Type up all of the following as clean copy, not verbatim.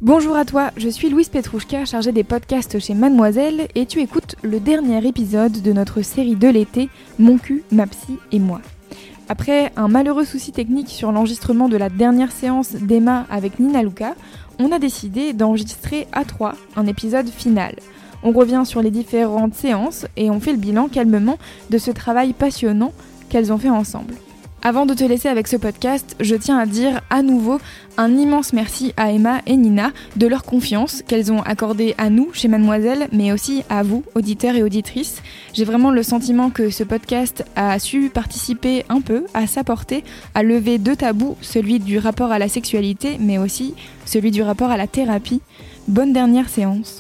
Bonjour à toi, je suis Louise Petrouchka, chargée des podcasts chez Mademoiselle, et tu écoutes le dernier épisode de notre série de l'été, Mon cul, ma psy et moi. Après un malheureux souci technique sur l'enregistrement de la dernière séance d'Emma avec Nina Luca, on a décidé d'enregistrer à 3 un épisode final. On revient sur les différentes séances et on fait le bilan calmement de ce travail passionnant qu'elles ont fait ensemble. Avant de te laisser avec ce podcast, je tiens à dire à nouveau un immense merci à Emma et Nina de leur confiance qu'elles ont accordée à nous chez Mademoiselle, mais aussi à vous, auditeurs et auditrices. J'ai vraiment le sentiment que ce podcast a su participer un peu à sa portée, à lever deux tabous, celui du rapport à la sexualité, mais aussi celui du rapport à la thérapie. Bonne dernière séance.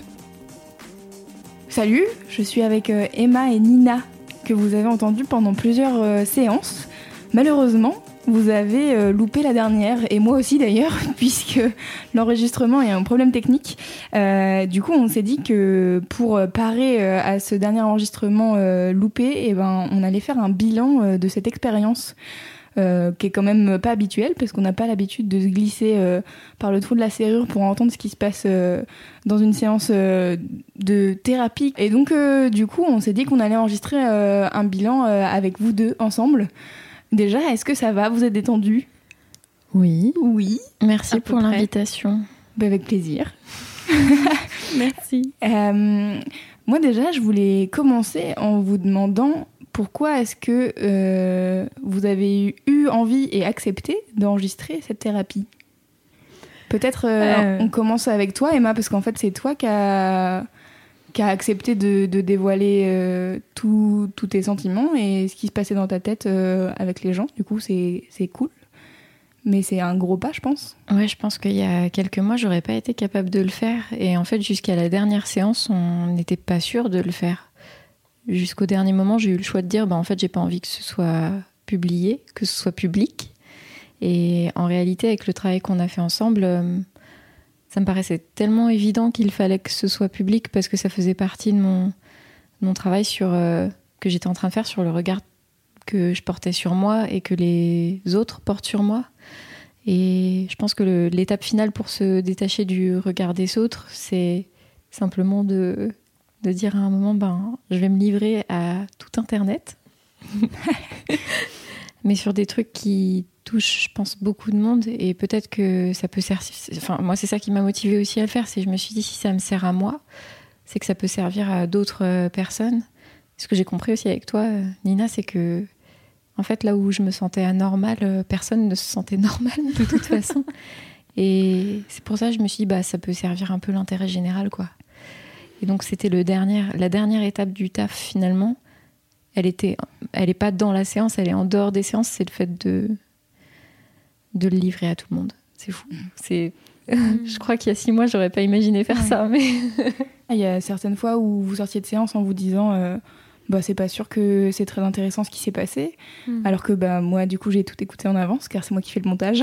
Salut, je suis avec Emma et Nina, que vous avez entendu pendant plusieurs séances. Malheureusement, vous avez loupé la dernière, et moi aussi d'ailleurs, puisque l'enregistrement est un problème technique. Du coup, on s'est dit que pour parer à ce dernier enregistrement loupé, on allait faire un bilan de cette expérience, qui est quand même pas habituelle, parce qu'on n'a pas l'habitude de se glisser par le trou de la serrure pour entendre ce qui se passe dans une séance de thérapie. Et donc, du coup, on s'est dit qu'on allait enregistrer un bilan avec vous deux ensemble. Déjà, est-ce que ça va ? Vous êtes détendus ? Oui. Oui. Merci pour l'invitation. Avec plaisir. Merci. Moi déjà, je voulais commencer en vous demandant pourquoi est-ce que vous avez eu envie et accepté d'enregistrer cette thérapie ? Peut-être on commence avec toi, Emma, parce qu'en fait, c'est toi qui a accepté de dévoiler tous tes sentiments et ce qui se passait dans ta tête avec les gens. Du coup, c'est cool. Mais c'est un gros pas, je pense. Ouais, je pense qu'il y a quelques mois, j'aurais pas été capable de le faire. Et en fait, jusqu'à la dernière séance, on n'était pas sûr de le faire. Jusqu'au dernier moment, j'ai eu le choix de dire, en fait, j'ai pas envie que ce soit publié, que ce soit public. Et en réalité, avec le travail qu'on a fait ensemble, ça me paraissait tellement évident qu'il fallait que ce soit public parce que ça faisait partie de mon travail que j'étais en train de faire sur le regard que je portais sur moi et que les autres portent sur moi. Et je pense que l'étape finale pour se détacher du regard des autres, c'est simplement de dire à un moment, je vais me livrer à tout Internet. Mais sur des trucs qui touchent, je pense, beaucoup de monde, et peut-être que ça peut servir. Enfin, moi, c'est ça qui m'a motivée aussi à le faire. C'est je me suis dit, si ça me sert à moi, c'est que ça peut servir à d'autres personnes. Ce que j'ai compris aussi avec toi, Nina, c'est que, en fait, là où je me sentais anormale, personne ne se sentait normal de toute façon. Et c'est pour ça que je me suis dit, ça peut servir un peu l'intérêt général, quoi. Et donc, c'était la dernière étape du taf, finalement. Elle est pas dans la séance, elle est en dehors des séances. C'est le fait de le livrer à tout le monde. C'est fou. Je crois qu'il y a 6 mois, j'aurais pas imaginé faire ça. Mais il y a certaines fois où vous sortiez de séance en vous disant c'est pas sûr que c'est très intéressant ce qui s'est passé. Alors que moi, du coup, j'ai tout écouté en avance, car c'est moi qui fais le montage.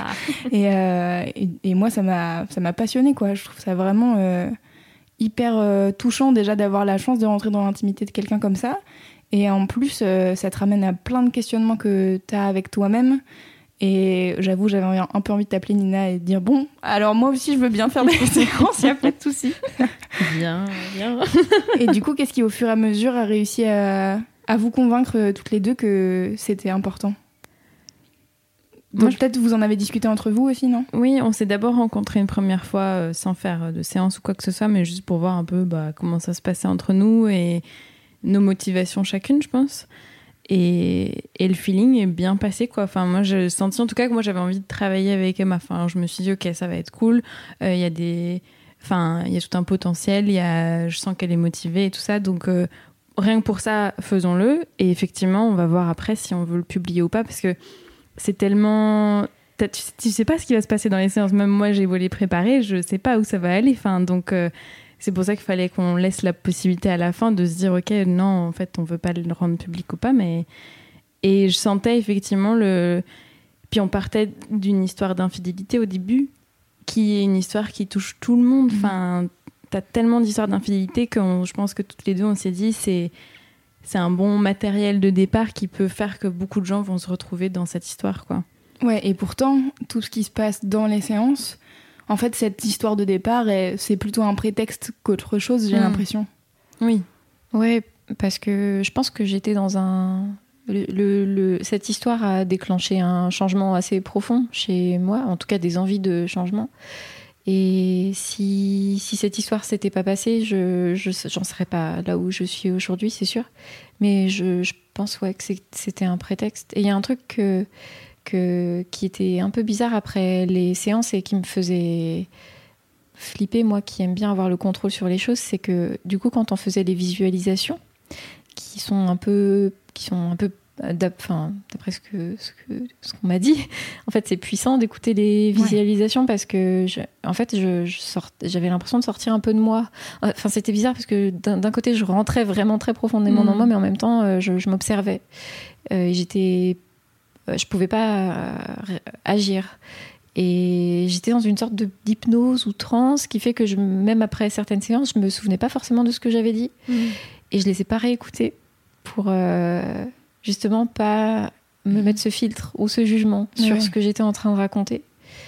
et moi, ça m'a passionnée, quoi. Je trouve ça vraiment hyper touchant, déjà, d'avoir la chance de rentrer dans l'intimité de quelqu'un comme ça. Et en plus, ça te ramène à plein de questionnements que tu as avec toi-même. Et j'avoue, j'avais un peu envie de t'appeler Nina et de dire alors moi aussi, je veux bien faire des séances, il n'y a pas de souci. Bien. Et du coup, qu'est-ce qui, au fur et à mesure, a réussi à vous convaincre toutes les deux que c'était important ? Peut-être vous en avez discuté entre vous aussi, non ? Oui, on s'est d'abord rencontrés une première fois sans faire de séance ou quoi que ce soit, mais juste pour voir un peu comment ça se passait entre nous et nos motivations chacune, je pense. Et le feeling est bien passé, quoi. Enfin, moi, j'ai senti en tout cas que moi, j'avais envie de travailler avec Emma. Enfin, je me suis dit, ok, ça va être cool. Il y a tout un potentiel. Je sens qu'elle est motivée et tout ça. Donc, rien que pour ça, faisons-le. Et effectivement, on va voir après si on veut le publier ou pas, parce que c'est tellement... Tu sais pas ce qui va se passer dans les séances. Même moi, j'ai beau les préparer, je sais pas où ça va aller. Enfin, donc... c'est pour ça qu'il fallait qu'on laisse la possibilité à la fin de se dire ok, non, en fait on veut pas le rendre public ou pas, et je sentais effectivement puis on partait d'une histoire d'infidélité au début qui est une histoire qui touche tout le monde. Enfin, t'as tellement d'histoires d'infidélité que je pense que toutes les deux on s'est dit c'est un bon matériel de départ qui peut faire que beaucoup de gens vont se retrouver dans cette histoire, quoi. Ouais, et pourtant tout ce qui se passe dans les séances, en fait, cette histoire de départ, c'est plutôt un prétexte qu'autre chose, j'ai l'impression. Oui. Ouais, parce que je pense que j'étais dans un... cette histoire a déclenché un changement assez profond chez moi, en tout cas des envies de changement. Et si cette histoire s'était pas passée, j'en serais pas là où je suis aujourd'hui, c'est sûr. Mais je pense que c'était un prétexte. Et il y a un truc qui était un peu bizarre après les séances et qui me faisait flipper, moi qui aime bien avoir le contrôle sur les choses, c'est que du coup quand on faisait les visualisations qui sont un peu d'après ce qu'on m'a dit, en fait c'est puissant d'écouter les visualisations parce que j'avais l'impression de sortir un peu de moi. Enfin c'était bizarre parce que d'un côté je rentrais vraiment très profondément dans moi, mais en même temps je m'observais et je pouvais pas agir. Et j'étais dans une sorte d'hypnose ou transe qui fait que même après certaines séances, je me souvenais pas forcément de ce que j'avais dit. Et je les ai pas réécoutées pour justement pas me mettre ce filtre ou ce jugement sur ce que j'étais en train de raconter.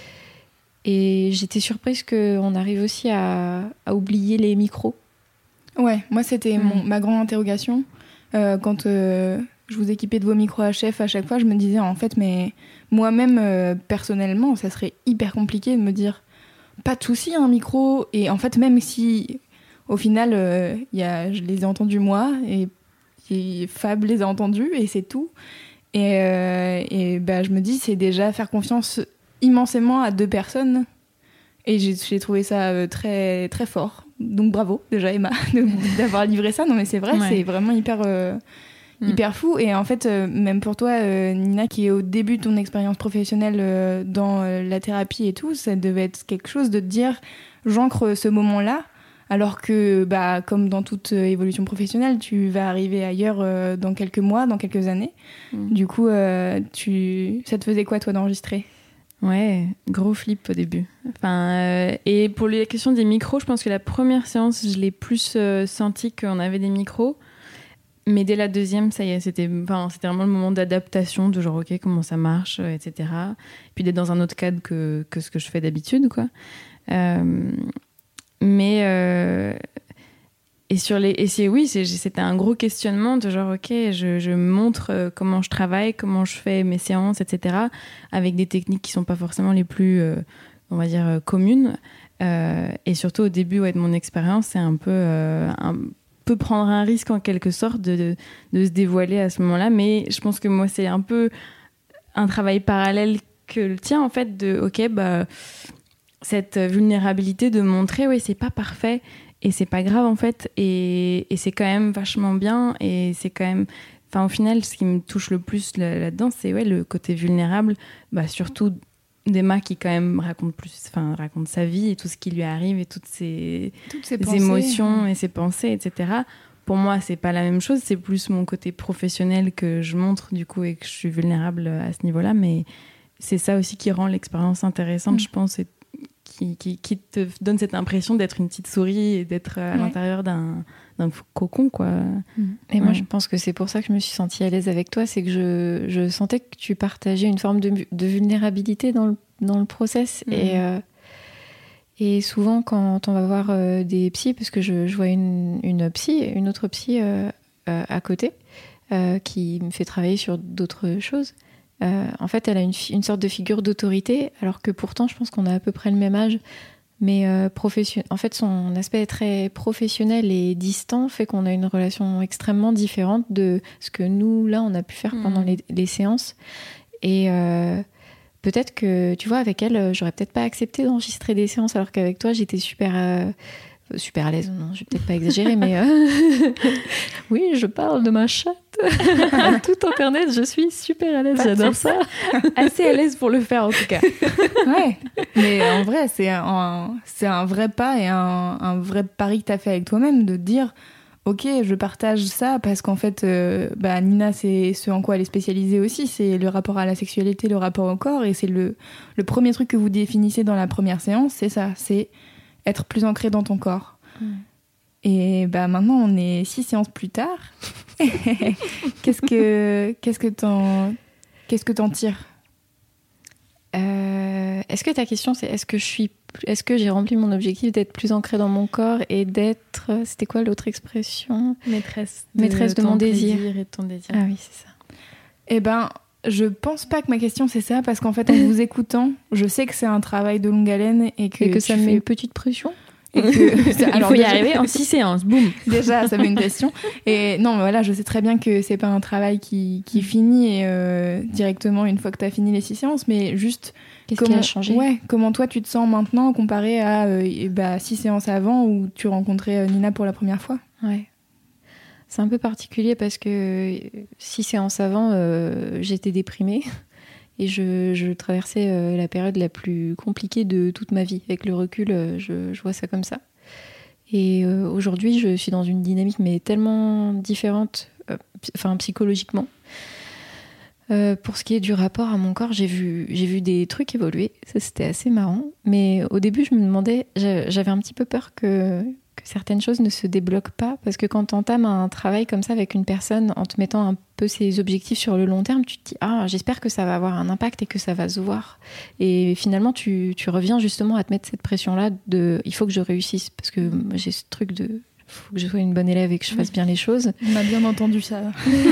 Et j'étais surprise qu'on arrive aussi à oublier les micros. Ouais, moi c'était ma grande interrogation. Quand je vous équipais de vos micros HF à chaque fois, je me disais en fait, mais moi-même, personnellement, ça serait hyper compliqué de me dire pas de souci, un micro. Et en fait, même si au final, je les ai entendus moi et Fab les a entendus et c'est tout. Et je me dis, c'est déjà faire confiance immensément à 2 personnes. Et j'ai trouvé ça très, très fort. Donc bravo déjà Emma d'avoir livré ça. Non mais c'est vrai, c'est vraiment hyper fou. Et en fait, même pour toi, Nina, qui est au début de ton expérience professionnelle dans la thérapie et tout, ça devait être quelque chose de te dire, j'ancre ce moment-là, alors que, comme dans toute évolution professionnelle, tu vas arriver ailleurs dans quelques mois, dans quelques années. Du coup, ça te faisait quoi, toi, d'enregistrer ? Ouais, gros flip au début. Et pour la question des micros, je pense que la première séance, je l'ai plus senti qu'on avait des micros. Mais dès la deuxième, ça y est, c'était vraiment le moment d'adaptation, de genre, ok, comment ça marche, etc. Et puis d'être dans un autre cadre que ce que je fais d'habitude, quoi. C'était un gros questionnement de genre, ok, je montre comment je travaille, comment je fais mes séances, etc. avec des techniques qui sont pas forcément les plus, on va dire, communes. Et surtout au début de mon expérience, c'est un peu prendre un risque en quelque sorte de se dévoiler à ce moment-là. Mais je pense que moi, c'est un peu un travail parallèle que le tien, en fait, cette vulnérabilité de montrer, oui, c'est pas parfait et c'est pas grave, en fait, et c'est quand même vachement bien, et c'est quand même... Enfin, au final, ce qui me touche le plus là-dedans, c'est le côté vulnérable, surtout d'Emma qui quand même raconte sa vie et tout ce qui lui arrive et toutes ses émotions et ses pensées, etc. Pour moi, c'est pas la même chose, c'est plus mon côté professionnel que je montre, du coup, et que je suis vulnérable à ce niveau-là, mais c'est ça aussi qui rend l'expérience intéressante, je pense, et qui te donne cette impression d'être une petite souris et d'être à l'intérieur d'un cocon, quoi. Et moi, je pense que c'est pour ça que je me suis sentie à l'aise avec toi, c'est que je sentais que tu partageais une forme de vulnérabilité dans le process. Et souvent, quand on va voir des psys, parce que je vois une autre psy à côté, qui me fait travailler sur d'autres choses. En fait, elle a une sorte de figure d'autorité, alors que pourtant, je pense qu'on a à peu près le même âge. Mais en fait, son aspect très professionnel et distant fait qu'on a une relation extrêmement différente de ce que nous, là, on a pu faire pendant les séances. Et peut-être que, tu vois, avec elle, j'aurais peut-être pas accepté d'enregistrer des séances, alors qu'avec toi, j'étais super à l'aise. Non, je vais peut-être pas exagérer, mais oui, je parle de ma chatte. À tout internet, je suis super à l'aise, j'adore ça. Assez à l'aise pour le faire, en tout cas. Ouais, mais en vrai, c'est un vrai pas et un vrai pari que t'as fait avec toi-même, de te dire, ok, je partage ça parce qu'en fait, Nina, c'est ce en quoi elle est spécialisée aussi, c'est le rapport à la sexualité, le rapport au corps, et c'est le premier truc que vous définissez dans la première séance, c'est ça, c'est être plus ancré dans ton corps. Et maintenant, on est 6 séances plus tard. Qu'est-ce que t'en tires ? Est-ce que ta question, c'est est-ce que je suis est-ce que j'ai rempli mon objectif d'être plus ancrée dans mon corps et d'être, c'était quoi l'autre expression? Maîtresse de mon désir et de ton désir. Ah oui, c'est ça. Eh ben, je pense pas que ma question c'est ça, parce qu'en fait, en vous écoutant, je sais que c'est un travail de longue haleine et que ça me met une petite pression. Et que, il faut y arriver en 6 séances, boum. Déjà, ça met une pression. Et non, mais voilà, je sais très bien que c'est pas un travail qui finit directement une fois que tu as fini les 6 séances, mais juste qu'est-ce qui a changé. Ouais, comment toi tu te sens maintenant comparé à 6 séances avant où tu rencontrais Nina pour la première fois. Ouais. C'est un peu particulier parce que 6 séances avant, j'étais déprimée. Et je traversais la période la plus compliquée de toute ma vie. Avec le recul, je vois ça comme ça. Et aujourd'hui, je suis dans une dynamique mais tellement différente, psychologiquement. Pour ce qui est du rapport à mon corps, j'ai vu des trucs évoluer. Ça, c'était assez marrant. Mais au début, je me demandais, j'avais un petit peu peur que certaines choses ne se débloquent pas, parce que quand tu entames un travail comme ça avec une personne, en te mettant un peu ses objectifs sur le long terme, tu te dis « Ah, j'espère que ça va avoir un impact et que ça va se voir ». Et finalement, tu reviens justement à te mettre cette pression-là de « Il faut que je réussisse », parce que j'ai ce truc de « Il faut que je sois une bonne élève et que je fasse bien les choses ». On a bien entendu ça.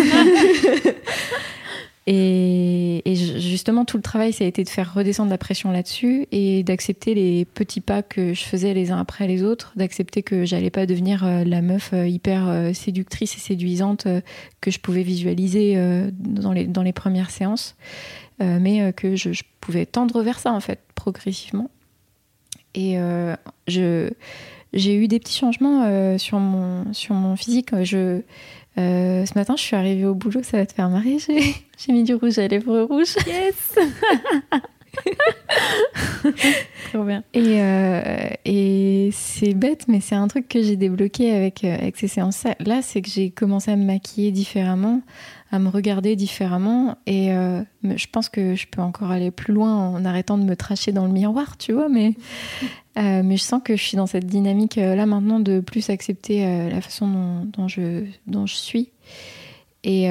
Et justement, tout le travail, ça a été de faire redescendre la pression là-dessus et d'accepter les petits pas que je faisais les uns après les autres, d'accepter que j'allais pas devenir la meuf hyper séductrice et séduisante que je pouvais visualiser dans les premières séances, mais que je pouvais tendre vers ça, en fait, progressivement. Et j'ai eu des petits changements sur mon physique. Ce matin, je suis arrivée au boulot, ça va te faire marrer. J'ai mis du rouge à lèvres rouges. Yes. Trop bien. Et c'est bête, mais c'est un truc que j'ai débloqué avec ces séances-là. C'est que j'ai commencé à me maquiller différemment, à me regarder différemment. Et je pense que je peux encore aller plus loin en arrêtant de me tracher dans le miroir, tu vois. Mais je sens que je suis dans cette dynamique-là maintenant de plus accepter la façon dont je suis. Et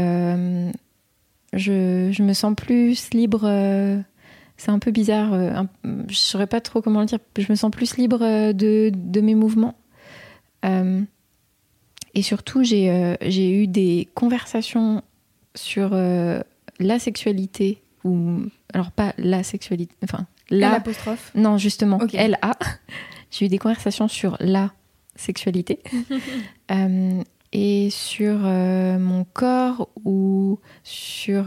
je me sens plus libre. C'est un peu bizarre. Je saurais pas trop comment le dire. Je me sens plus libre de mes mouvements. Et surtout, j'ai eu des conversations sur la sexualité. Alors, pas la sexualité. Enfin, l'apostrophe. Non, justement. Okay. L-A. J'ai eu des conversations sur la sexualité. Et sur mon corps ou sur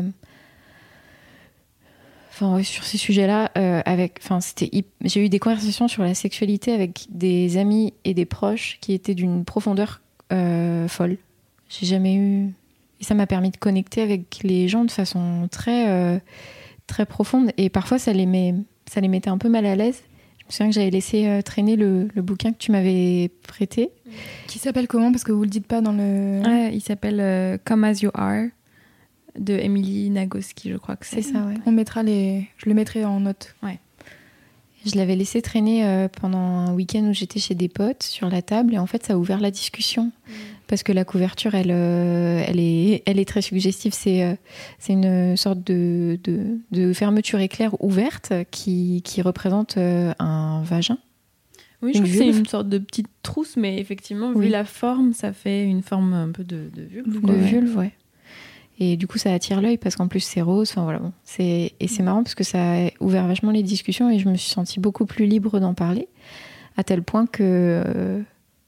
ces sujets-là j'ai eu des conversations sur la sexualité avec des amis et des proches qui étaient d'une profondeur folle. J'ai jamais eu, et ça m'a permis de connecter avec les gens de façon très très profonde, et parfois ça les mettait un peu mal à l'aise. Je me souviens que j'avais laissé traîner le bouquin que tu m'avais prêté. Qui s'appelle comment, parce que vous le dites pas dans le... Ouais, il s'appelle Come As You Are, de Emily Nagoski, je crois que c'est. C'est ça, ouais. Je le mettrai en note. Ouais. Je l'avais laissé traîner pendant un week-end où j'étais chez des potes sur la table, et en fait ça a ouvert la discussion. Parce que la couverture, elle est très suggestive. C'est une sorte de fermeture éclair ouverte qui représente un vagin. Oui, je crois que c'est une sorte de petite trousse, mais effectivement, vu la forme, ça fait une forme un peu de vulve. De vulve, ouais. Et du coup, ça attire l'œil parce qu'en plus, c'est rose. Enfin, voilà, bon. C'est marrant parce que ça a ouvert vachement les discussions et je me suis sentie beaucoup plus libre d'en parler. À tel point que...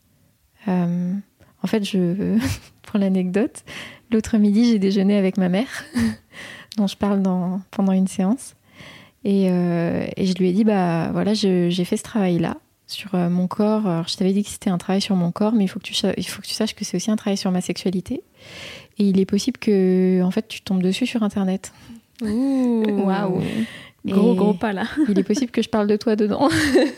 en fait, pour l'anecdote, l'autre midi, j'ai déjeuné avec ma mère, dont je parle pendant une séance. Et je lui ai dit, bah voilà, j'ai fait ce travail-là sur mon corps. Alors, je t'avais dit que c'était un travail sur mon corps, mais il faut que tu saches que c'est aussi un travail sur ma sexualité. Et il est possible que, en fait, tu tombes dessus sur Internet. Ouh, waouh. Gros pas là. Il est possible que je parle de toi dedans.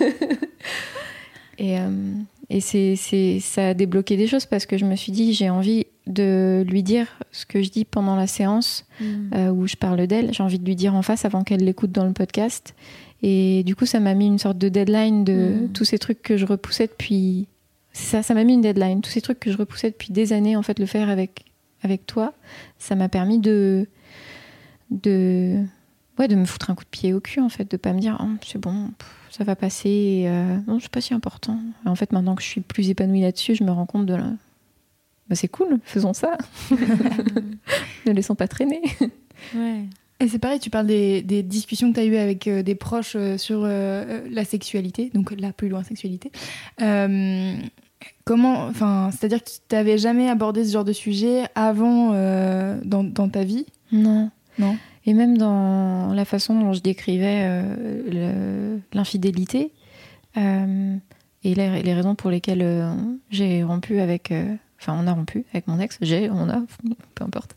Et ça a débloqué des choses parce que je me suis dit, j'ai envie de lui dire ce que je dis pendant la séance où je parle d'elle. J'ai envie de lui dire en face avant qu'elle l'écoute dans le podcast. Et du coup, ça m'a mis une sorte de deadline de tous ces trucs que je repoussais depuis... Ça m'a mis une deadline. Tous ces trucs que je repoussais depuis des années, en fait, le faire avec toi, ça m'a permis de de me foutre un coup de pied au cul, en fait, de pas me dire oh, c'est bon, ça va passer, non, c'est pas si important. Et en fait, maintenant que je suis plus épanouie là-dessus, je me rends compte de la... c'est cool, faisons ça. Ne laissons pas traîner. Ouais. Et c'est pareil, tu parles des discussions que tu as eues avec des proches sur la sexualité, donc là, plus loin, sexualité. C'est-à-dire que tu n'avais jamais abordé ce genre de sujet avant dans ta vie ? Non. Non. Et même dans la façon dont je décrivais l'infidélité et les raisons pour lesquelles j'ai rompu avec... on a rompu avec mon ex, peu importe.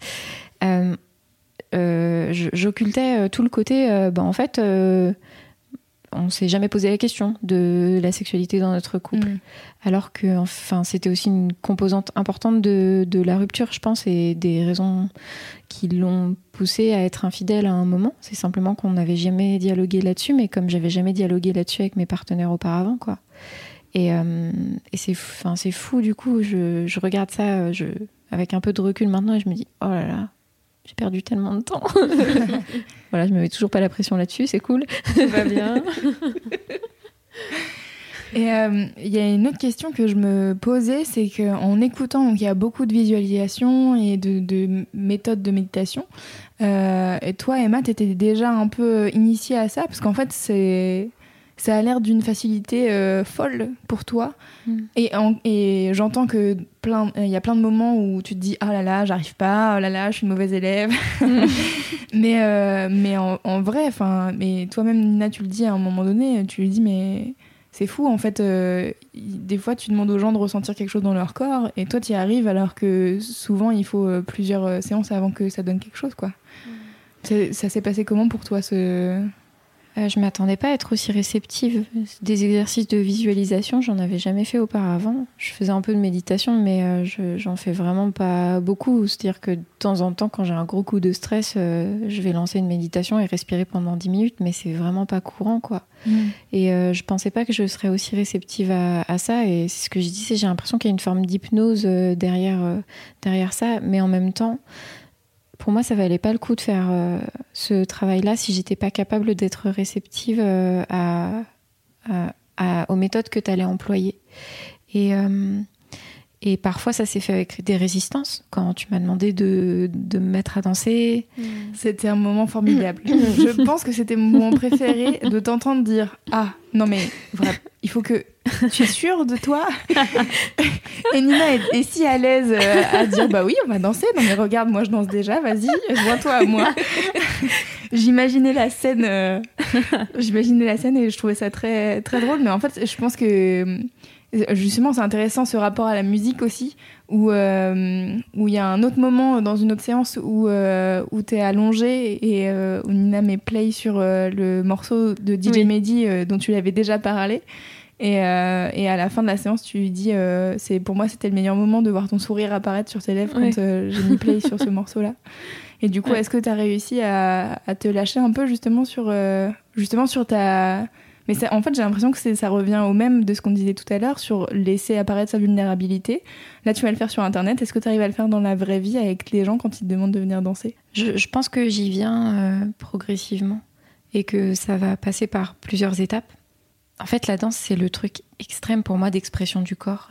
J'occultais tout le côté... en fait, on s'est jamais posé la question de la sexualité dans notre couple. Alors que c'était aussi une composante importante de la rupture, je pense, et des raisons qui l'ont poussé à être infidèle à un moment. C'est simplement qu'on n'avait jamais dialogué là-dessus, mais comme j'avais jamais dialogué là-dessus avec mes partenaires auparavant, quoi. Et c'est fou, du coup, je regarde ça avec un peu de recul maintenant et je me dis, oh là là, j'ai perdu tellement de temps. Voilà, je me mets toujours pas la pression là-dessus, c'est cool. Tout va bien. Et il y a une autre question que je me posais, c'est qu'en écoutant, donc il y a beaucoup de visualisation et de méthodes de méditation. Et toi, Emma, t'étais déjà un peu initiée à ça, parce qu'en fait, ça a l'air d'une facilité folle pour toi. Et j'entends que il y a plein de moments où tu te dis oh là là, j'arrive pas, oh là là, je suis une mauvaise élève. mais en vrai, mais toi-même, Nina, tu le dis à un moment donné, tu lui dis mais c'est fou en fait. Des fois, tu demandes aux gens de ressentir quelque chose dans leur corps, et toi, tu y arrives alors que souvent, il faut plusieurs séances avant que ça donne quelque chose, quoi. Ça s'est passé comment pour toi Je m'attendais pas à être aussi réceptive. Des exercices de visualisation, j'en avais jamais fait auparavant. Je faisais un peu de méditation, mais j'en fais vraiment pas beaucoup. C'est-à-dire que de temps en temps, quand j'ai un gros coup de stress, je vais lancer une méditation et respirer pendant 10 minutes, mais c'est vraiment pas courant, quoi. Et je pensais pas que je serais aussi réceptive à ça. Et c'est ce que je disais, j'ai l'impression qu'il y a une forme d'hypnose derrière ça, mais en même temps... Pour moi, ça valait pas le coup de faire ce travail-là si j'étais pas capable d'être réceptive aux méthodes que tu allais employer. Et parfois, ça s'est fait avec des résistances. Quand tu m'as demandé de me mettre à danser... C'était un moment formidable. Je pense que c'était mon moment préféré, de t'entendre dire « Ah, non mais, vraiment, il faut que... Tu es sûre de toi ?» Et Nina est si à l'aise à dire « Bah oui, on va danser. Non mais regarde, moi je danse déjà, vas-y, joins-toi à moi. » J'imaginais la scène et je trouvais ça très, très drôle. Mais en fait, je pense que... Justement, c'est intéressant ce rapport à la musique aussi, où il y a un autre moment dans une autre séance où t'es allongée et où Nina met play sur le morceau de DJ Mehdi dont tu l'avais déjà parlé. Et à la fin de la séance, tu lui dis pour moi, c'était le meilleur moment de voir ton sourire apparaître sur tes lèvres quand j'ai mis play sur ce morceau-là. Et du coup, est-ce que tu as réussi à te lâcher un peu justement sur ta... Mais ça, en fait, j'ai l'impression que ça revient au même de ce qu'on disait tout à l'heure sur laisser apparaître sa vulnérabilité. Là, tu vas le faire sur Internet. Est-ce que tu arrives à le faire dans la vraie vie avec les gens quand ils te demandent de venir danser ? Je pense que j'y viens progressivement et que ça va passer par plusieurs étapes. En fait, la danse, c'est le truc extrême pour moi d'expression du corps.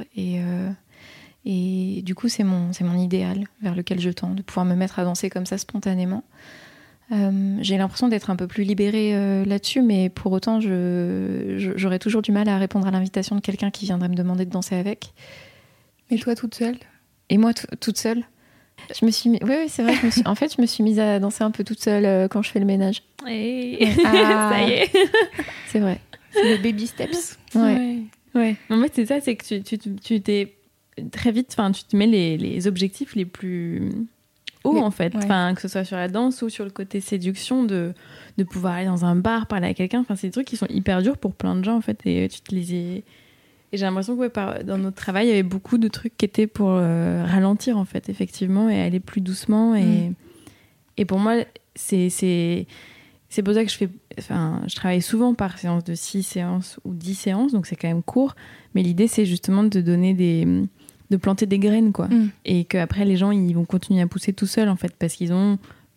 Et du coup, c'est mon idéal vers lequel je tends, de pouvoir me mettre à danser comme ça spontanément. J'ai l'impression d'être un peu plus libérée là-dessus, mais pour autant, j'aurais toujours du mal à répondre à l'invitation de quelqu'un qui viendrait me demander de danser avec. Et toi, toute seule ? Et moi, toute seule. Je me suis oui, c'est vrai. Je me suis mise à danser un peu toute seule quand je fais le ménage. Et... ça y est. C'est vrai. C'est les baby steps. Ouais. En fait, c'est ça, c'est que tu t'es très vite, tu te mets les objectifs les plus hauts, en fait. Ouais. Que ce soit sur la danse ou sur le côté séduction, de pouvoir aller dans un bar, parler à quelqu'un. C'est des trucs qui sont hyper durs pour plein de gens, en fait. Et tu te les et j'ai l'impression que dans notre travail, il y avait beaucoup de trucs qui étaient pour ralentir, en fait, effectivement, et aller plus doucement. Et pour moi, c'est pour ça que je travaille souvent par séance de 6 séances ou 10 séances, donc c'est quand même court. Mais l'idée, c'est justement de donner de planter des graines, quoi. Et qu'après, les gens, ils vont continuer à pousser tout seuls, en fait, parce qu'ils ont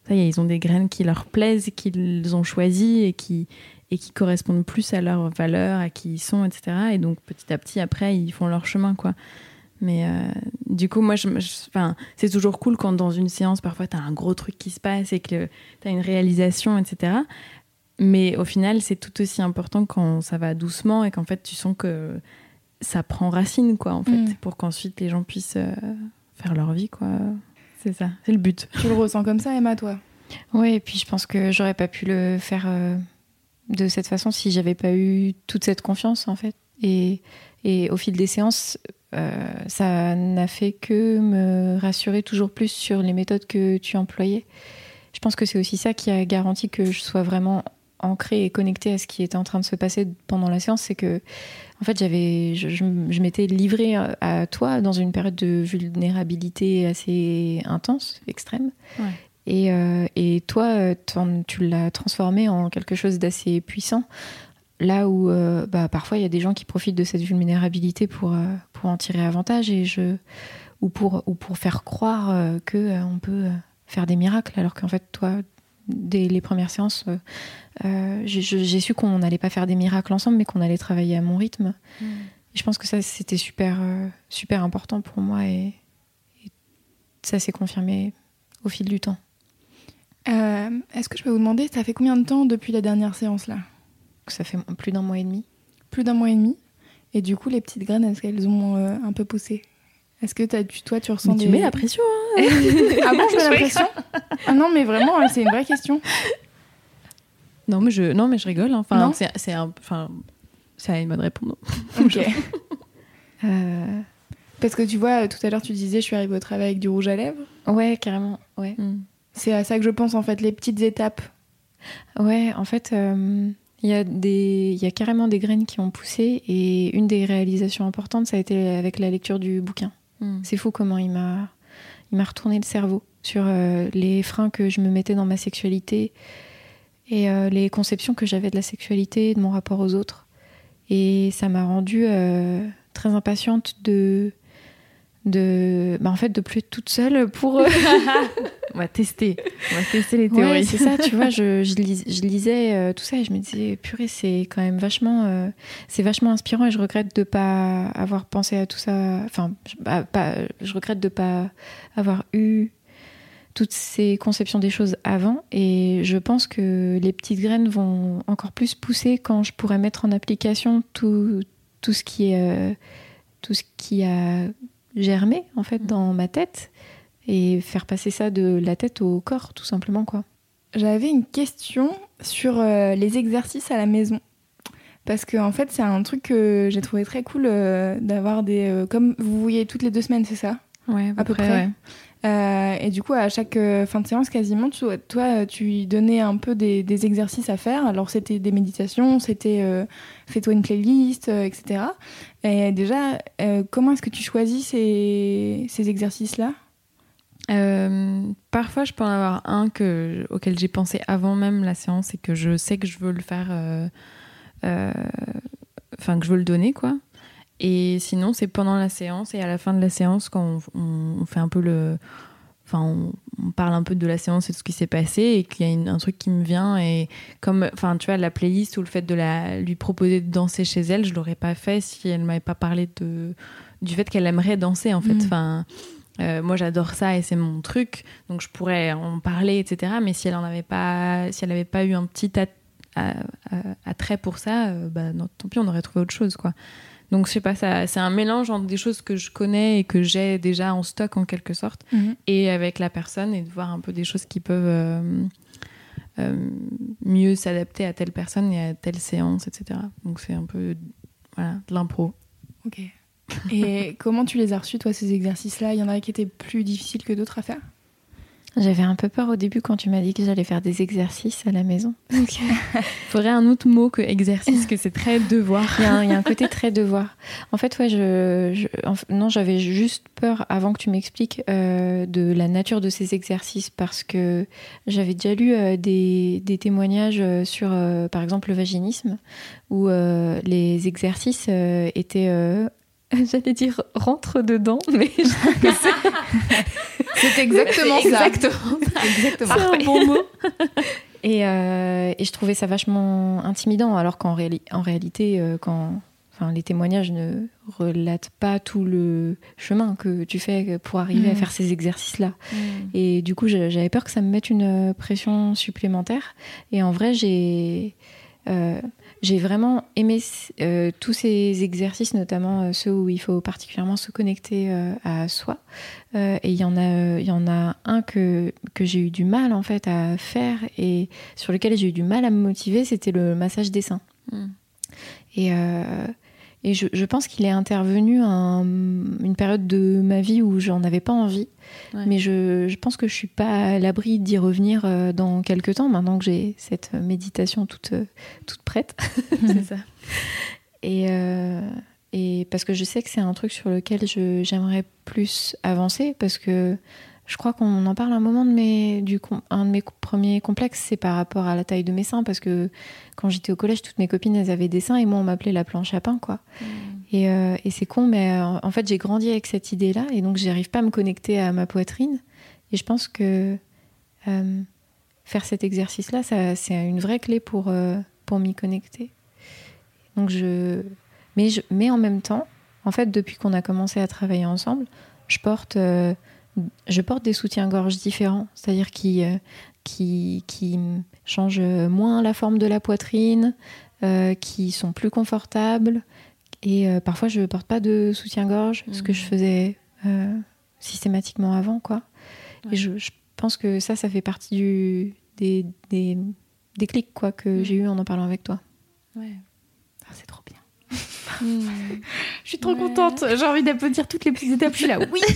Ça y est, ils ont des graines qui leur plaisent, qu'ils ont choisies et qui correspondent plus à leurs valeurs, à qui ils sont, etc. Et donc, petit à petit, après, ils font leur chemin, quoi. Mais du coup, moi, c'est toujours cool quand dans une séance, parfois, t'as un gros truc qui se passe et que t'as une réalisation, etc. Mais au final, c'est tout aussi important quand ça va doucement et qu'en fait, tu sens que ça prend racine, quoi, en fait, pour qu'ensuite les gens puissent faire leur vie, quoi. C'est ça, c'est le but. Tu le ressens comme ça, Emma, toi? Ouais, et puis je pense que j'aurais pas pu le faire de cette façon si j'avais pas eu toute cette confiance, en fait. Et au fil des séances, ça n'a fait que me rassurer toujours plus sur les méthodes que tu employais. Je pense que c'est aussi ça qui a garanti que je sois vraiment ancrée et connectée à ce qui était en train de se passer pendant la séance. C'est que, en fait, je m'étais livrée à toi dans une période de vulnérabilité assez intense, extrême. Ouais. Et toi, tu l'as transformé en quelque chose d'assez puissant. Là où parfois il y a des gens qui profitent de cette vulnérabilité pour en tirer avantage ou pour faire croire qu'on peut faire des miracles, alors qu'en fait toi, dès les premières séances, j'ai su qu'on n'allait pas faire des miracles ensemble, mais qu'on allait travailler à mon rythme. Et je pense que ça c'était super important pour moi et ça s'est confirmé au fil du temps. Est-ce que je peux vous demander, ça fait combien de temps depuis la dernière séance là? Ça fait plus d'1 mois et demi. Plus d'1 mois et demi. Et du coup, les petites graines, est-ce qu'elles ont un peu poussé? Est-ce que toi, tu ressens tu mets la pression, hein. Ah bon, je mets la pression? Ah non, mais vraiment, c'est une vraie question. Non, mais je rigole. Hein. Enfin, c'est à Emma de répondre. Ok. Parce que tu vois, tout à l'heure, tu disais, je suis arrivée au travail avec du rouge à lèvres. Ouais, carrément. Ouais. C'est à ça que je pense, en fait, les petites étapes. Ouais, en fait... Il y a carrément des graines qui ont poussé et une des réalisations importantes, ça a été avec la lecture du bouquin. C'est fou comment il m'a retourné le cerveau sur les freins que je me mettais dans ma sexualité et les conceptions que j'avais de la sexualité, de mon rapport aux autres. Et ça m'a rendue très impatiente de plus être toute seule pour... On va tester les théories. Ouais, c'est ça, tu vois, je lisais tout ça et je me disais, purée, c'est quand même vachement inspirant et je regrette de pas avoir pensé à tout ça. Enfin, je regrette de pas avoir eu toutes ces conceptions des choses avant et je pense que les petites graines vont encore plus pousser quand je pourrai mettre en application tout ce qui a germer en fait dans ma tête et faire passer ça de la tête au corps tout simplement, quoi. J'avais une question sur les exercices à la maison parce que en fait c'est un truc que j'ai trouvé très cool d'avoir des comme vous voyez toutes les 2 semaines, c'est ça? Ouais, à peu près. Ouais. Et du coup à chaque fin de séance quasiment toi tu donnais un peu des exercices à faire. Alors c'était des méditations, c'était fais-toi une playlist, etc. Et déjà comment est-ce que tu choisis ces exercices-là? Parfois je peux en avoir un auquel j'ai pensé avant même la séance et que je sais que je veux le faire que je veux le donner, quoi. Et sinon, c'est pendant la séance et à la fin de la séance, quand on fait un peu on parle un peu de la séance et de ce qui s'est passé et qu'il y a un truc qui me vient. Et comme, tu vois, la playlist ou le fait de lui proposer de danser chez elle, je l'aurais pas fait si elle m'avait pas parlé du fait qu'elle aimerait danser, en fait. Moi, j'adore ça et c'est mon truc, donc je pourrais en parler, etc. Mais si elle avait pas eu un petit attrait pour ça, non, tant pis, on aurait trouvé autre chose, quoi. Donc je sais pas, c'est un mélange entre des choses que je connais et que j'ai déjà en stock en quelque sorte, et avec la personne, et de voir un peu des choses qui peuvent mieux s'adapter à telle personne et à telle séance, etc. Donc c'est un peu de l'impro. Ok. Et comment tu les as reçus, toi, ces exercices-là? Il y en a qui étaient plus difficiles que d'autres à faire? J'avais un peu peur au début quand tu m'as dit que j'allais faire des exercices à la maison. Il faudrait un autre mot que exercice, que c'est très devoir. Il y a un côté très devoir. En fait, ouais, non, j'avais juste peur, avant que tu m'expliques, de la nature de ces exercices, parce que j'avais déjà lu des témoignages sur, par exemple, le vaginisme, où les exercices étaient... j'allais dire rentre dedans, mais je trouve que C'est exactement ça. Exactement. Exactement. C'est un bon mot. Et je trouvais ça vachement intimidant, alors qu'en réalité, les témoignages ne relatent pas tout le chemin que tu fais pour arriver à faire ces exercices-là. Et du coup, j'avais peur que ça me mette une pression supplémentaire. Et en vrai, j'ai vraiment aimé tous ces exercices, notamment ceux où il faut particulièrement se connecter à soi. Et il y en a un que j'ai eu du mal en fait à faire et sur lequel j'ai eu du mal à me motiver, c'était le massage des seins. Et je pense qu'il est intervenu à une période de ma vie où j'en avais pas envie. Ouais. Mais je pense que je suis pas à l'abri d'y revenir dans quelques temps, maintenant que j'ai cette méditation toute prête. C'est ça. Et parce que je sais que c'est un truc sur lequel j'aimerais plus avancer, parce que je crois qu'on en parle un moment un de mes premiers complexes, c'est par rapport à la taille de mes seins, parce que quand j'étais au collège, toutes mes copines, elles avaient des seins et moi, on m'appelait la planche à pain, quoi. Et c'est con, mais en fait, j'ai grandi avec cette idée-là et donc j'arrive pas à me connecter à ma poitrine. Et je pense que faire cet exercice-là, c'est une vraie clé pour m'y connecter. Donc mais en même temps, en fait, depuis qu'on a commencé à travailler ensemble, je porte des soutiens-gorge différents, c'est-à-dire qui changent moins la forme de la poitrine, qui sont plus confortables. Et parfois, je porte pas de soutien-gorge, ce que je faisais systématiquement avant, quoi. Ouais. Et je pense que ça fait partie des clics, quoi, que j'ai eu en parlant avec toi. Ouais. Ah, c'est trop bien. Je suis trop contente. J'ai envie d'applaudir toutes les petites étapes. Je suis là, oui,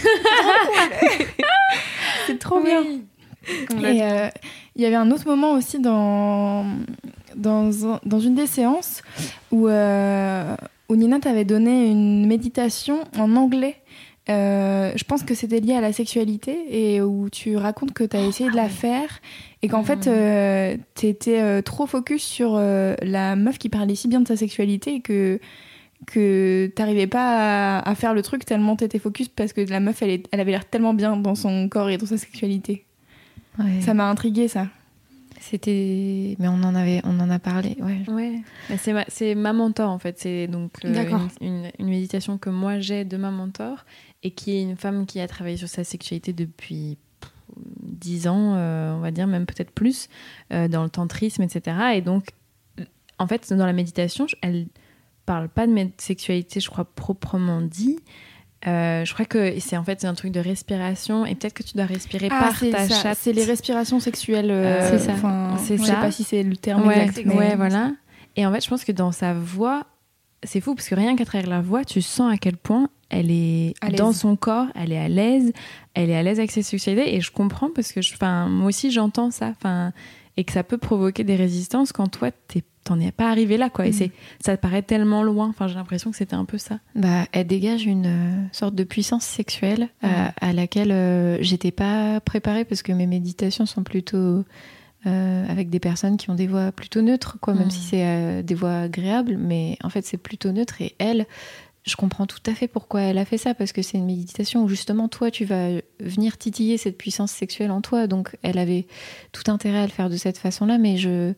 c'est trop bien. Et il y avait un autre moment aussi dans une des séances où Nina t'avait donné une méditation en anglais. Je pense que c'était lié à la sexualité et où tu racontes que tu as essayé de la faire et qu'en fait t'étais trop focus sur la meuf qui parlait si bien de sa sexualité et que t'arrivais pas à faire le truc tellement t'étais focus parce que la meuf elle avait l'air tellement bien dans son corps et dans sa sexualité. Ouais. Ça m'a intriguée, ça. Mais on en a parlé, ouais. C'est ma mentor en fait, c'est donc une méditation que moi j'ai de ma mentor et qui est une femme qui a travaillé sur sa sexualité depuis 10 ans, on va dire, même peut-être plus, dans le tantrisme, etc. Et donc, en fait, dans la méditation, elle parle pas de sexualité, je crois, proprement dit. Je crois que c'est un truc de respiration et peut-être que tu dois respirer par ta chatte. C'est les respirations sexuelles. C'est ça. Je sais pas si c'est le terme exact. Ouais, voilà. Et en fait, je pense que dans sa voix, c'est fou parce que rien qu'à travers la voix, tu sens à quel point elle est dans son corps, elle est à l'aise avec sa sexualité. Et je comprends parce que moi aussi j'entends ça, et que ça peut provoquer des résistances quand toi t'en es pas arrivé là, quoi. Et ça te paraît tellement loin. J'ai l'impression que c'était un peu ça. Elle dégage une sorte de puissance sexuelle à laquelle j'étais pas préparée parce que mes méditations sont plutôt avec des personnes qui ont des voix plutôt neutres, quoi, même si c'est des voix agréables, mais en fait c'est plutôt neutre. Et elle, je comprends tout à fait pourquoi elle a fait ça, parce que c'est une méditation où justement toi tu vas venir titiller cette puissance sexuelle en toi, donc elle avait tout intérêt à le faire de cette façon-là, mais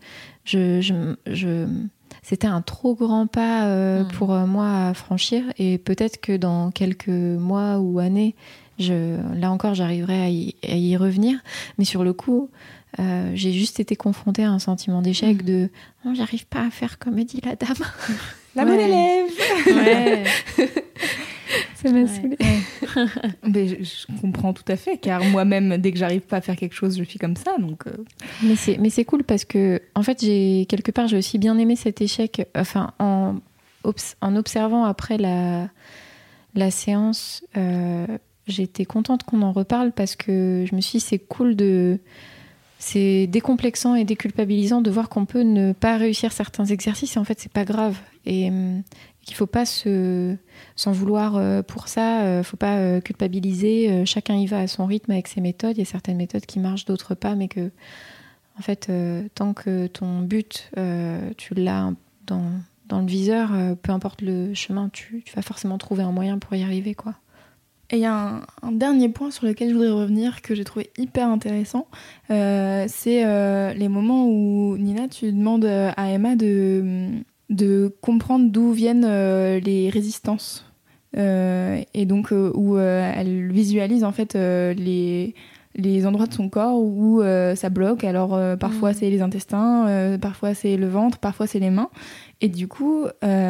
c'était un trop grand pas pour moi à franchir, et peut-être que dans quelques mois ou années, là encore j'arriverai à y revenir, mais sur le coup j'ai juste été confrontée à un sentiment d'échec de non, j'arrive pas à faire comme dit la dame. La bonne élève. Ouais. Ça m'a saoulée. Mais je comprends tout à fait, car moi-même, dès que j'arrive pas à faire quelque chose, je suis comme ça. Donc Mais c'est cool parce que, en fait, j'ai aussi bien aimé cet échec. Enfin, en observant après la séance, j'étais contente qu'on en reparle parce que je me suis dit, c'est cool c'est décomplexant et déculpabilisant de voir qu'on peut ne pas réussir certains exercices et en fait c'est pas grave, et qu'il faut pas s'en vouloir pour ça, faut pas culpabiliser, chacun y va à son rythme avec ses méthodes, il y a certaines méthodes qui marchent, d'autres pas, mais que en fait tant que ton but tu l'as dans le viseur, peu importe le chemin, tu vas forcément trouver un moyen pour y arriver, quoi. Et il y a un dernier point sur lequel je voudrais revenir que j'ai trouvé hyper intéressant. C'est les moments où, Nina, tu demandes à Emma de comprendre d'où viennent les résistances. Et donc, où elle visualise en fait les endroits de son corps où ça bloque. Alors, parfois, c'est les intestins, parfois, c'est le ventre, parfois, c'est les mains. Et du coup...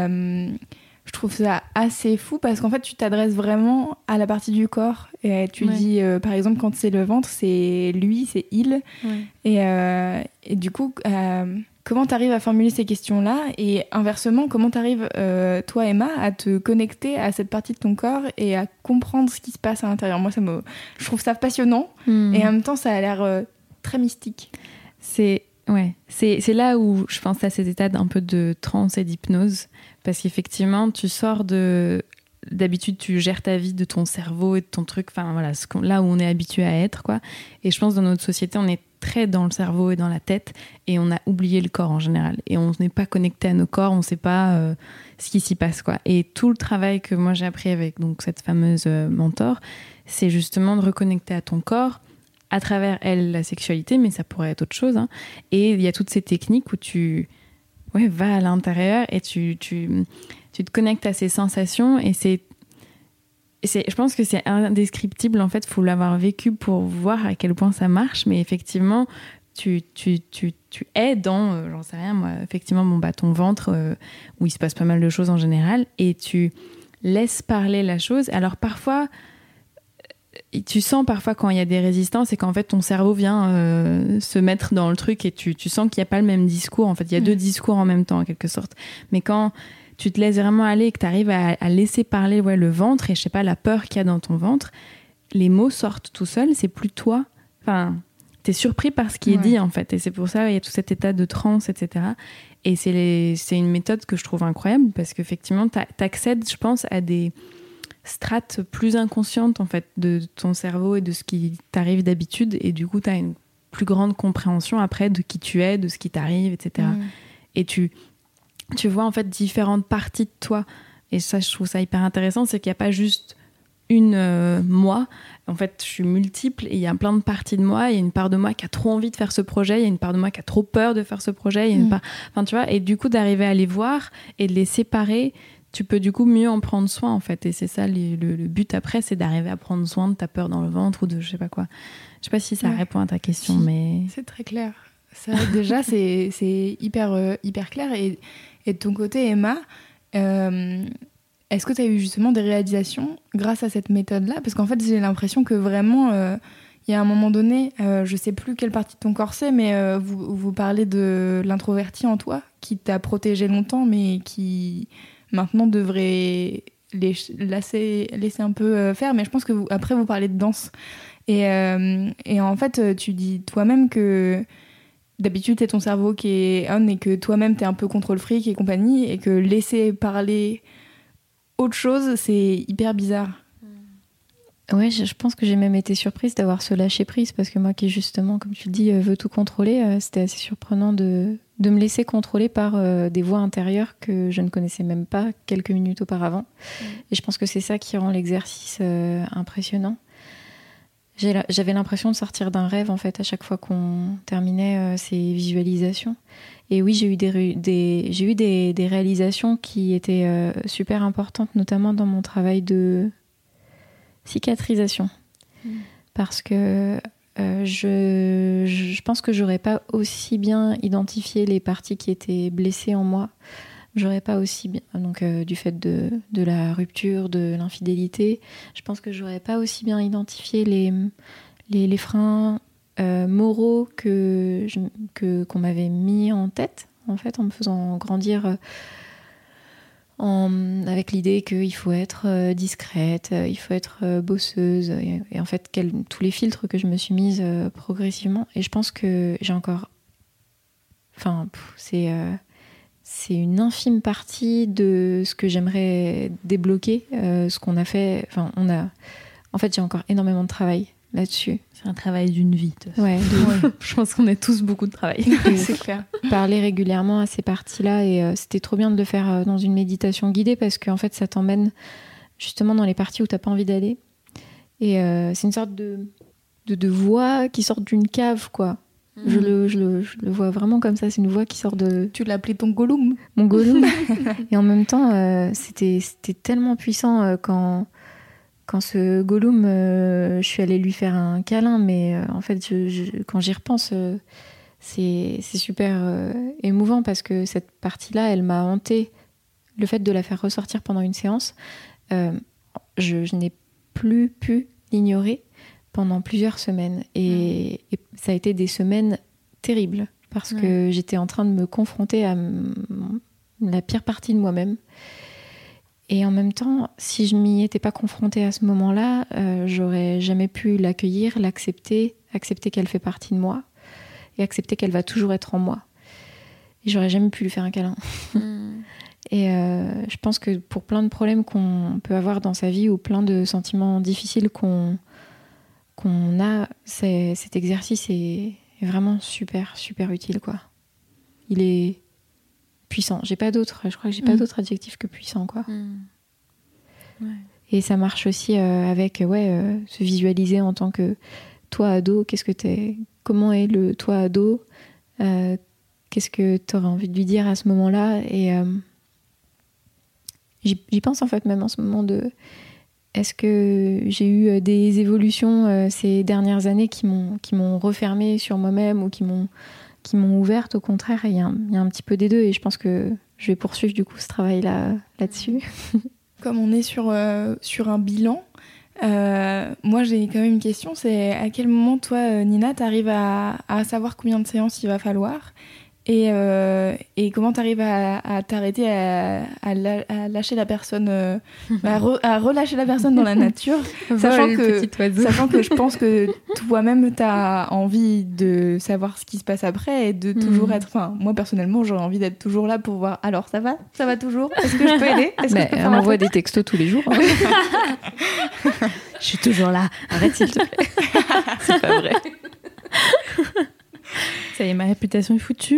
je trouve ça assez fou parce qu'en fait, tu t'adresses vraiment à la partie du corps. Et tu dis, par exemple, quand c'est le ventre, c'est lui, c'est il. Ouais. Et du coup, comment tu arrives à formuler ces questions-là? Et inversement, comment tu arrives, toi, Emma, à te connecter à cette partie de ton corps et à comprendre ce qui se passe à l'intérieur? Moi, je trouve ça passionnant. Et en même temps, ça a l'air très mystique. C'est là où je pense à ces états d'un peu de transe et d'hypnose. Parce qu'effectivement, tu sors d'habitude, tu gères ta vie de ton cerveau et de ton truc, enfin voilà, là où on est habitué à être, quoi. Et je pense dans notre société, on est très dans le cerveau et dans la tête et on a oublié le corps en général. Et on n'est pas connecté à nos corps, on ne sait pas ce qui s'y passe, quoi. Et tout le travail que moi j'ai appris avec donc, cette fameuse mentor, c'est justement de reconnecter à ton corps à travers, elle, la sexualité, mais ça pourrait être autre chose. Hein. Et il y a toutes ces techniques où tu vas à l'intérieur et tu te connectes à ces sensations et je pense que c'est indescriptible, en fait, il faut l'avoir vécu pour voir à quel point ça marche, mais effectivement, tu es dans, j'en sais rien moi, effectivement, ton ventre, où il se passe pas mal de choses en général, et tu laisses parler la chose. Alors parfois, tu sens parfois quand il y a des résistances et qu'en fait ton cerveau vient se mettre dans le truc et tu sens qu'il n'y a pas le même discours. En fait, il y a deux discours en même temps, en quelque sorte. Mais quand tu te laisses vraiment aller et que tu arrives à laisser parler le ventre et je sais pas, la peur qu'il y a dans ton ventre, les mots sortent tout seuls, c'est plus toi. Enfin, t'es surpris par ce qui est dit, en fait. Et c'est pour ça il y a tout cet état de transe, etc. Et c'est une méthode que je trouve incroyable parce qu'effectivement, t'accèdes, je pense, à des strates plus inconscientes, en fait, de ton cerveau et de ce qui t'arrive d'habitude. Et du coup, t'as une plus grande compréhension après de qui tu es, de ce qui t'arrive, etc. Et tu vois, en fait, différentes parties de toi. Et ça, je trouve ça hyper intéressant, c'est qu'il n'y a pas juste une moi. En fait, je suis multiple et il y a plein de parties de moi. Il y a une part de moi qui a trop envie de faire ce projet, il y a une part de moi qui a trop peur de faire ce projet, il y a une part... Enfin, tu vois, et du coup, d'arriver à les voir et de les séparer, tu peux du coup mieux en prendre soin, en fait. Et c'est ça, le but après, c'est d'arriver à prendre soin de ta peur dans le ventre ou de je sais pas quoi. Je sais pas si ça répond à ta question, mais... C'est très clair. Ça, déjà, c'est hyper clair. Et de ton côté, Emma, est-ce que tu as eu justement des réalisations grâce à cette méthode-là? Parce qu'en fait, j'ai l'impression que vraiment, il y a un moment donné, je sais plus quelle partie de ton corps c'est, mais vous parlez de l'introverti en toi, qui t'a protégé longtemps, mais qui maintenant devrait laisser un peu faire. Mais je pense que après, vous parlez de danse. Et en fait, tu dis toi-même que d'habitude, c'est ton cerveau qui est on et que toi-même, t'es un peu contrôle freak et compagnie, et que laisser parler autre chose, c'est hyper bizarre. Ouais, je pense que j'ai même été surprise d'avoir ce lâcher prise, parce que moi qui, justement, comme tu le dis, veux tout contrôler, c'était assez surprenant de me laisser contrôler par des voix intérieures que je ne connaissais même pas quelques minutes auparavant. Et je pense que c'est ça qui rend l'exercice impressionnant. J'avais l'impression de sortir d'un rêve, en fait, à chaque fois qu'on terminait ces visualisations. Et oui, j'ai eu des réalisations qui étaient super importantes, notamment dans mon travail de cicatrisation. Parce que je pense que j'aurais pas aussi bien identifié les parties qui étaient blessées en moi. J'aurais pas aussi bien, donc du fait de la rupture, de l'infidélité, je pense que j'aurais pas aussi bien identifié les freins moraux qu'on m'avait mis en tête, en fait, en me faisant grandir avec l'idée qu'il faut être discrète, il faut être bosseuse, et en fait tous les filtres que je me suis mise progressivement. Et je pense que j'ai encore, c'est une infime partie de ce que j'aimerais débloquer, ce qu'on a fait. En fait, j'ai encore énormément de travail là-dessus. C'est un travail d'une vie. Ouais. Je pense qu'on a tous beaucoup de travail. C'est clair. Parler régulièrement à ces parties-là, et c'était trop bien de le faire dans une méditation guidée, parce qu'en fait, ça t'emmène justement dans les parties où t'as pas envie d'aller. Et c'est une sorte de voix qui sort d'une cave, quoi. Je le vois vraiment comme ça. C'est une voix qui sort de... Tu l'as appelé ton Gollum. Mon Gollum. Et en même temps, c'était tellement puissant quand ce Gollum, je suis allée lui faire un câlin. Mais en fait, quand j'y repense, c'est super émouvant parce que cette partie-là, elle m'a hantée. Le fait de la faire ressortir pendant une séance, je n'ai plus pu l'ignorer pendant plusieurs semaines. Et ça a été des semaines terribles parce que j'étais en train de me confronter à la pire partie de moi-même. Et en même temps, si je m'y étais pas confrontée à ce moment-là, j'aurais jamais pu l'accueillir, l'accepter, accepter qu'elle fait partie de moi et accepter qu'elle va toujours être en moi. Et j'aurais jamais pu lui faire un câlin. Et je pense que pour plein de problèmes qu'on peut avoir dans sa vie ou plein de sentiments difficiles qu'on a, cet exercice est vraiment super, super utile, quoi. Il est puissant. Je crois que j'ai pas d'autre adjectif que puissant, quoi. Ouais. Et ça marche aussi avec se visualiser en tant que toi ado. Comment est le toi ado? Qu'est-ce que tu aurais envie de lui dire à ce moment-là? Et j'y pense en fait même en ce moment de... Est-ce que j'ai eu des évolutions ces dernières années qui m'ont refermée sur moi-même ou qui m'ont ouverte? Au contraire, il y a un petit peu des deux et je pense que je vais poursuivre du coup ce travail-là-dessus. Comme on est sur un bilan, moi j'ai quand même une question, c'est à quel moment toi, Nina, t'arrives à savoir combien de séances il va falloir et comment t'arrives à t'arrêter à lâcher la personne, à relâcher la personne dans la nature, sachant que je pense que toi-même t'as envie de savoir ce qui se passe après et de toujours être... Enfin, moi personnellement, j'aurais envie d'être toujours là pour voir. Alors ça va toujours? Est-ce que je peux aider? Elle m'envoie des textos tous les jours. Hein. Je suis toujours là. Arrête s'il te plaît. C'est pas vrai. Ça y est, ma réputation est foutue.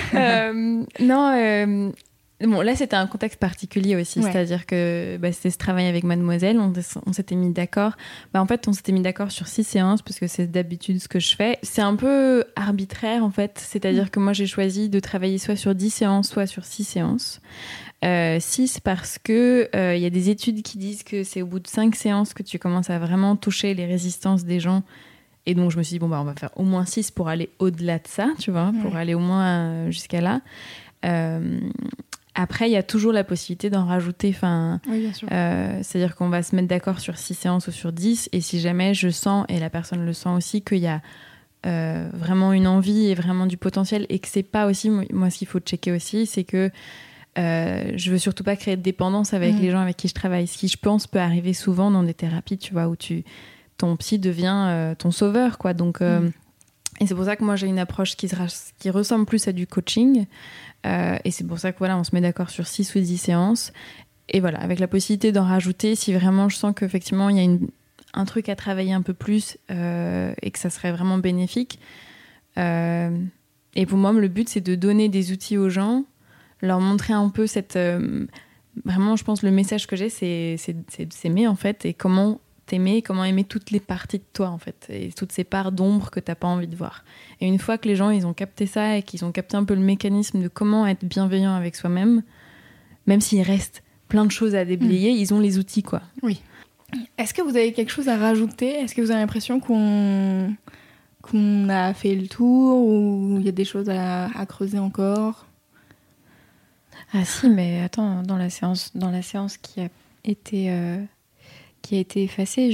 Bon, là, c'était un contexte particulier aussi. Ouais. C'est-à-dire que c'était ce travail avec Mademoiselle. On s'était mis d'accord. En fait, on s'était mis d'accord sur 6 séances parce que c'est d'habitude ce que je fais. C'est un peu arbitraire, en fait. C'est-à-dire que moi, j'ai choisi de travailler soit sur 10 séances, soit sur 6 séances. 6 parce que y a des études qui disent que c'est au bout de 5 séances que tu commences à vraiment toucher les résistances des gens. Et donc, je me suis dit, on va faire au moins 6 pour aller au-delà de ça, tu vois, pour aller au moins jusqu'à là. Après, il y a toujours la possibilité d'en rajouter. Oui, bien sûr. C'est-à-dire qu'on va se mettre d'accord sur 6 séances ou sur 10. Et si jamais je sens, et la personne le sent aussi, qu'il y a vraiment une envie et vraiment du potentiel, et que c'est pas aussi... Moi, ce qu'il faut checker aussi, c'est que je veux surtout pas créer de dépendance avec les gens avec qui je travaille. Ce qui, je pense, peut arriver souvent dans des thérapies, tu vois, où ton psy devient ton sauveur, quoi. Donc, et c'est pour ça que moi, j'ai une approche qui ressemble plus à du coaching. Et c'est pour ça que voilà, on se met d'accord sur 6 ou 10 séances. Et voilà, avec la possibilité d'en rajouter si vraiment je sens qu'effectivement, il y a un truc à travailler un peu plus et que ça serait vraiment bénéfique. Et pour moi, le but, c'est de donner des outils aux gens, leur montrer un peu cette... vraiment, je pense, le message que j'ai, c'est s'aimer, en fait, et comment t'aimer, comment aimer toutes les parties de toi, en fait, et toutes ces parts d'ombre que t'as pas envie de voir. Et une fois que les gens, ils ont capté ça et qu'ils ont capté un peu le mécanisme de comment être bienveillant avec soi-même, même s'il reste plein de choses à déblayer, ils ont les outils, quoi. Oui. Est-ce que vous avez quelque chose à rajouter? Est-ce que vous avez l'impression qu'on a fait le tour ou il y a des choses à creuser encore? Ah si, mais attends, dans la séance qui a été effacée,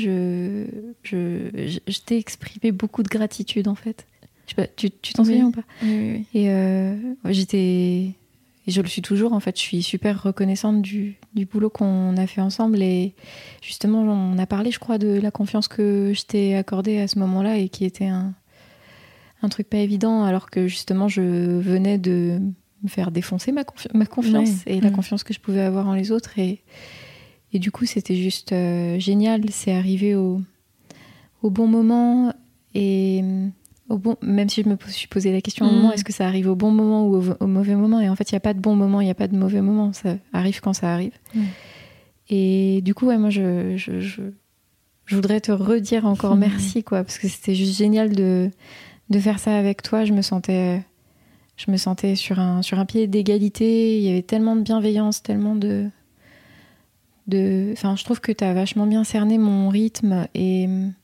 je t'ai exprimé beaucoup de gratitude, en fait. Je sais pas, tu t'en souviens ou pas? Oui. Et je le suis toujours, en fait. Je suis super reconnaissante du boulot qu'on a fait ensemble. Et justement, on a parlé, je crois, de la confiance que je t'ai accordée à ce moment-là et qui était un truc pas évident, alors que justement, je venais de me faire défoncer ma confiance et la confiance que je pouvais avoir en les autres. Et du coup, c'était juste génial. C'est arrivé au bon moment et... même si je me suis posé la question à un moment, est-ce que ça arrive au bon moment ou au mauvais moment? Et en fait, il n'y a pas de bon moment, il n'y a pas de mauvais moment. Ça arrive quand ça arrive. Et du coup, moi, je je voudrais te redire encore merci, quoi, parce que c'était juste génial de faire ça avec toi. Je me sentais sur un pied d'égalité. Il y avait tellement de bienveillance, tellement enfin, je trouve que tu as vachement bien cerné mon rythme et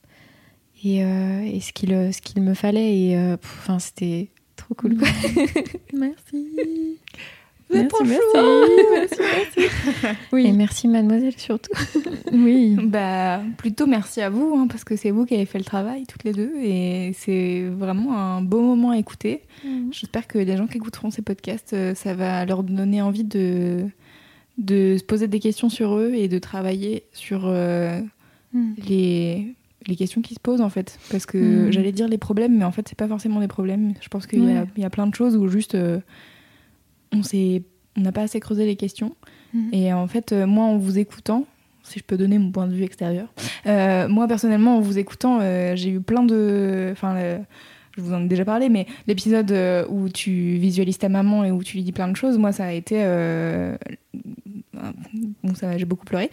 ce qu'il me fallait. Et enfin, c'était trop cool, quoi. Merci. Merci. Oui. Et merci mademoiselle surtout. Oui. Bah plutôt merci à vous parce que c'est vous qui avez fait le travail toutes les deux et c'est vraiment un beau moment à écouter. J'espère que les gens qui écouteront ces podcasts, ça va leur donner envie de se poser des questions sur eux et de travailler sur les questions qui se posent en fait, parce que j'allais dire les problèmes, mais en fait c'est pas forcément des problèmes. Je pense qu'il y a plein de choses où juste on n'a pas assez creusé les questions. Et en fait, moi, en vous écoutant, si je peux donner mon point de vue extérieur, moi, personnellement, en vous écoutant, j'ai eu plein de... je vous en ai déjà parlé, mais l'épisode où tu visualises ta maman et où tu lui dis plein de choses, moi, ça a été... Bon, ça, j'ai beaucoup pleuré.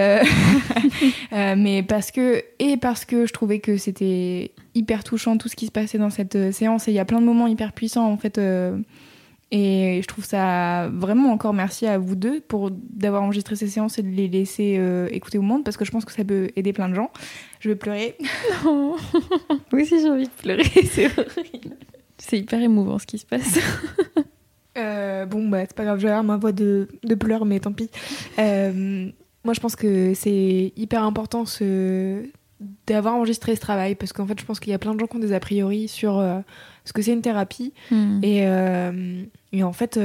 Mais parce que je trouvais que c'était hyper touchant, tout ce qui se passait dans cette séance. Et il y a plein de moments hyper puissants, en fait... Et je trouve ça vraiment encore merci à vous deux d'avoir enregistré ces séances et de les laisser écouter au monde, parce que je pense que ça peut aider plein de gens. Je vais pleurer. Non. Oui, si j'ai envie de pleurer, c'est horrible. C'est hyper émouvant ce qui se passe. Bon, bah c'est pas grave, je vais avoir ma voix de pleurs, mais tant pis. Moi, je pense que c'est hyper important d'avoir enregistré ce travail, parce qu'en fait, je pense qu'il y a plein de gens qui ont des a priori sur ce que c'est une thérapie. Et en fait,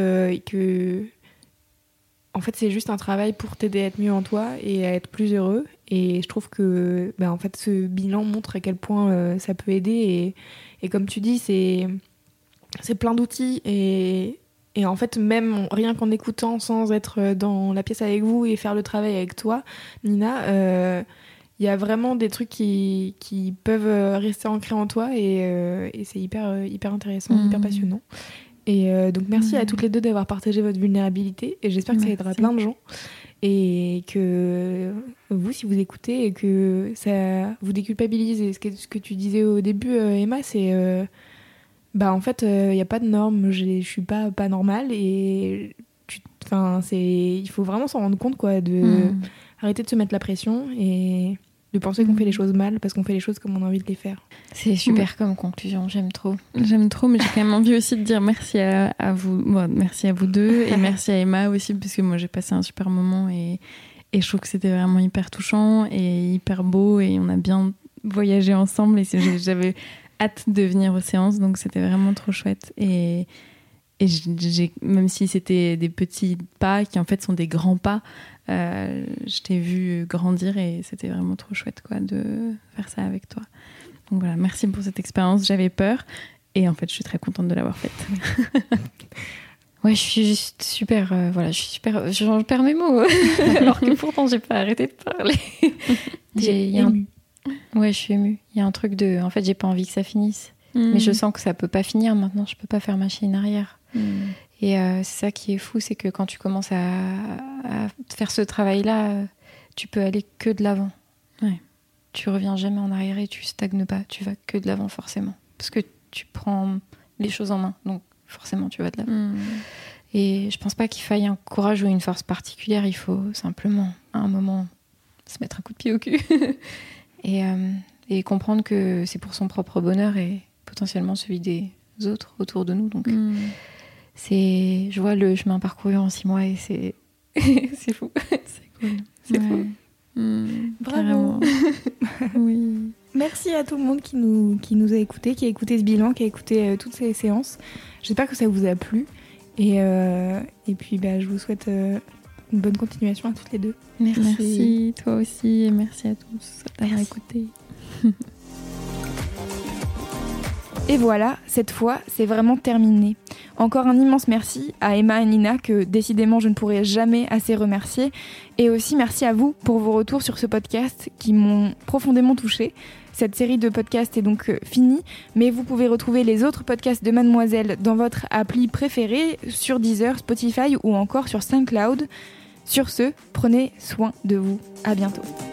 en fait, c'est juste un travail pour t'aider à être mieux en toi et à être plus heureux. Et je trouve que en fait, ce bilan montre à quel point ça peut aider. Et comme tu dis, c'est plein d'outils. Et en fait, même rien qu'en écoutant, sans être dans la pièce avec vous et faire le travail avec toi, Nina, il y a vraiment des trucs qui peuvent rester ancrés en toi. Et c'est hyper intéressant, hyper passionnant. Et donc merci à toutes les deux d'avoir partagé votre vulnérabilité, et j'espère que ça aidera plein de gens, et que vous, si vous écoutez, et que ça vous déculpabilise. Et ce que tu disais au début, Emma, c'est en fait il n'y a pas de normes, je suis pas normale, et il faut vraiment s'en rendre compte, quoi, de arrêter de se mettre la pression et de penser qu'on fait les choses mal parce qu'on fait les choses comme on a envie de les faire. C'est super comme conclusion, j'aime trop. J'aime trop, mais j'ai quand même envie aussi de dire merci à vous. Bon, merci à vous deux, et merci à Emma aussi, parce que moi j'ai passé un super moment, et je trouve que c'était vraiment hyper touchant et hyper beau, et on a bien voyagé ensemble, et j'avais hâte de venir aux séances, donc c'était vraiment trop chouette. Et même si c'était des petits pas qui en fait sont des grands pas, je t'ai vu grandir, et c'était vraiment trop chouette, quoi, de faire ça avec toi. Donc voilà, merci pour cette expérience. J'avais peur, et en fait je suis très contente de l'avoir faite. Ouais, je suis juste super, je perds mes mots, alors que pourtant j'ai pas arrêté de parler. Ouais, je suis émue. Il y a un truc en fait, j'ai pas envie que ça finisse, mais je sens que ça peut pas finir maintenant. Je peux pas faire machine arrière. Et c'est ça qui est fou, c'est que quand tu commences à faire ce travail-là, tu peux aller que de l'avant. Ouais. Tu reviens jamais en arrière et tu stagnes pas. Tu vas que de l'avant, forcément. Parce que tu prends les choses en main. Donc, forcément, tu vas de l'avant. Et je pense pas qu'il faille un courage ou une force particulière. Il faut simplement, à un moment, se mettre un coup de pied au cul. Et comprendre que c'est pour son propre bonheur et potentiellement celui des autres autour de nous. Donc, je vois le chemin parcouru en 6 mois, et c'est c'est fou. C'est cool. C'est fou. Bravo. Oui. Merci à tout le monde qui nous a écoutés, qui a écouté ce bilan, qui a écouté toutes ces séances. J'espère que ça vous a plu. Et puis je vous souhaite une bonne continuation à toutes les deux. Merci, toi aussi, et merci à tous d'avoir écouté. Et voilà, cette fois, c'est vraiment terminé. Encore un immense merci à Emma et Nina, que décidément je ne pourrai jamais assez remercier. Et aussi merci à vous pour vos retours sur ce podcast qui m'ont profondément touchée. Cette série de podcasts est donc finie, mais vous pouvez retrouver les autres podcasts de Mademoiselle dans votre appli préférée, sur Deezer, Spotify ou encore sur SoundCloud. Sur ce, prenez soin de vous. À bientôt.